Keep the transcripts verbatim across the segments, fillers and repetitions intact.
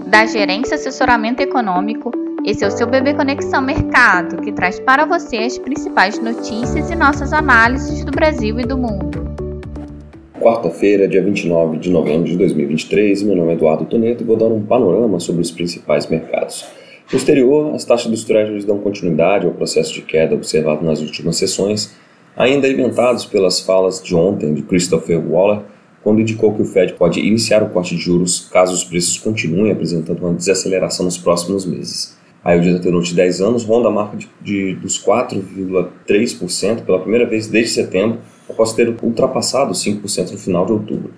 da Gerência Assessoramento Econômico. Esse é o seu B B Conexão Mercado, que traz para você as principais notícias e nossas análises do Brasil e do mundo. Quarta-feira, dia vinte e nove de novembro de dois mil e vinte e três, meu nome é Eduardo Toneto e vou dar um panorama sobre os principais mercados. No exterior, as taxas dos Treasuries dão continuidade ao processo de queda observado nas últimas sessões, ainda alimentados pelas falas de ontem de Christopher Waller, quando indicou que o Fed pode iniciar o corte de juros caso os preços continuem apresentando uma desaceleração nos próximos meses. A yield da T-Note de dez anos ronda a marca de, de, dos quatro vírgula três por cento pela primeira vez desde setembro, após ter ultrapassado os cinco por cento no final de outubro.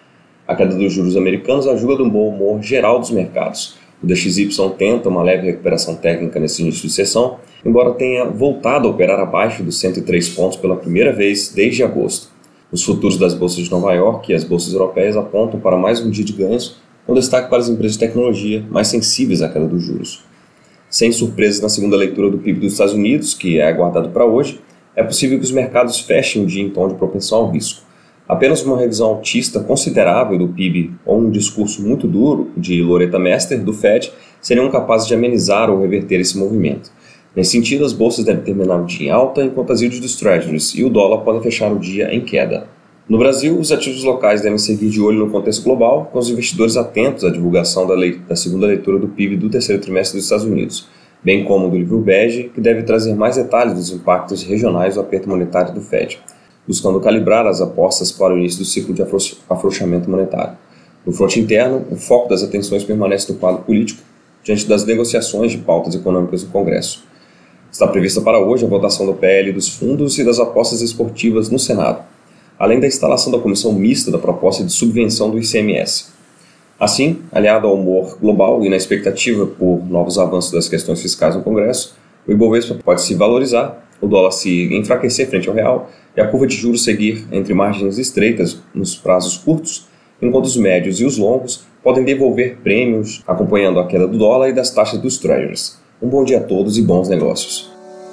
A queda dos juros americanos ajuda no bom humor geral dos mercados. O D X Y tenta uma leve recuperação técnica nesse início de sessão, embora tenha voltado a operar abaixo dos cento e três pontos pela primeira vez desde agosto. Os futuros das bolsas de Nova York e as bolsas europeias apontam para mais um dia de ganhos, com destaque para as empresas de tecnologia mais sensíveis à queda dos juros. Sem surpresas na segunda leitura do P I B dos Estados Unidos, que é aguardado para hoje, é possível que os mercados fechem o dia em tom de propensão ao risco. Apenas uma revisão altista considerável do P I B ou um discurso muito duro de Loretta Mester, do Fed, seriam capazes de amenizar ou reverter esse movimento. Nesse sentido, as bolsas devem terminar o dia em alta, enquanto as yields dos Treasuries e o dólar podem fechar o dia em queda. No Brasil, os ativos locais devem seguir de olho no contexto global, com os investidores atentos à divulgação da, lei, da segunda leitura do P I B do terceiro trimestre dos Estados Unidos, bem como do livro bege, que deve trazer mais detalhes dos impactos regionais do aperto monetário do Fed, buscando calibrar as apostas para o início do ciclo de afro- afrouxamento monetário. No fronte interno, o foco das atenções permanece no quadro político, diante das negociações de pautas econômicas no Congresso. Está prevista para hoje a votação do P L dos fundos e das apostas esportivas no Senado, além da instalação da comissão mista da proposta de subvenção do I C M S. Assim, aliado ao humor global e na expectativa por novos avanços das questões fiscais no Congresso, o Ibovespa pode se valorizar, o dólar se enfraquecer frente ao real e a curva de juros seguir entre margens estreitas nos prazos curtos, enquanto os médios e os longos podem devolver prêmios acompanhando a queda do dólar e das taxas dos Treasuries. Um bom dia a todos e bons negócios.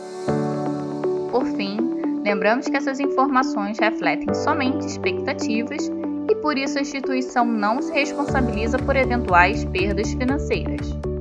Por fim, lembramos que essas informações refletem somente expectativas e por isso a instituição não se responsabiliza por eventuais perdas financeiras.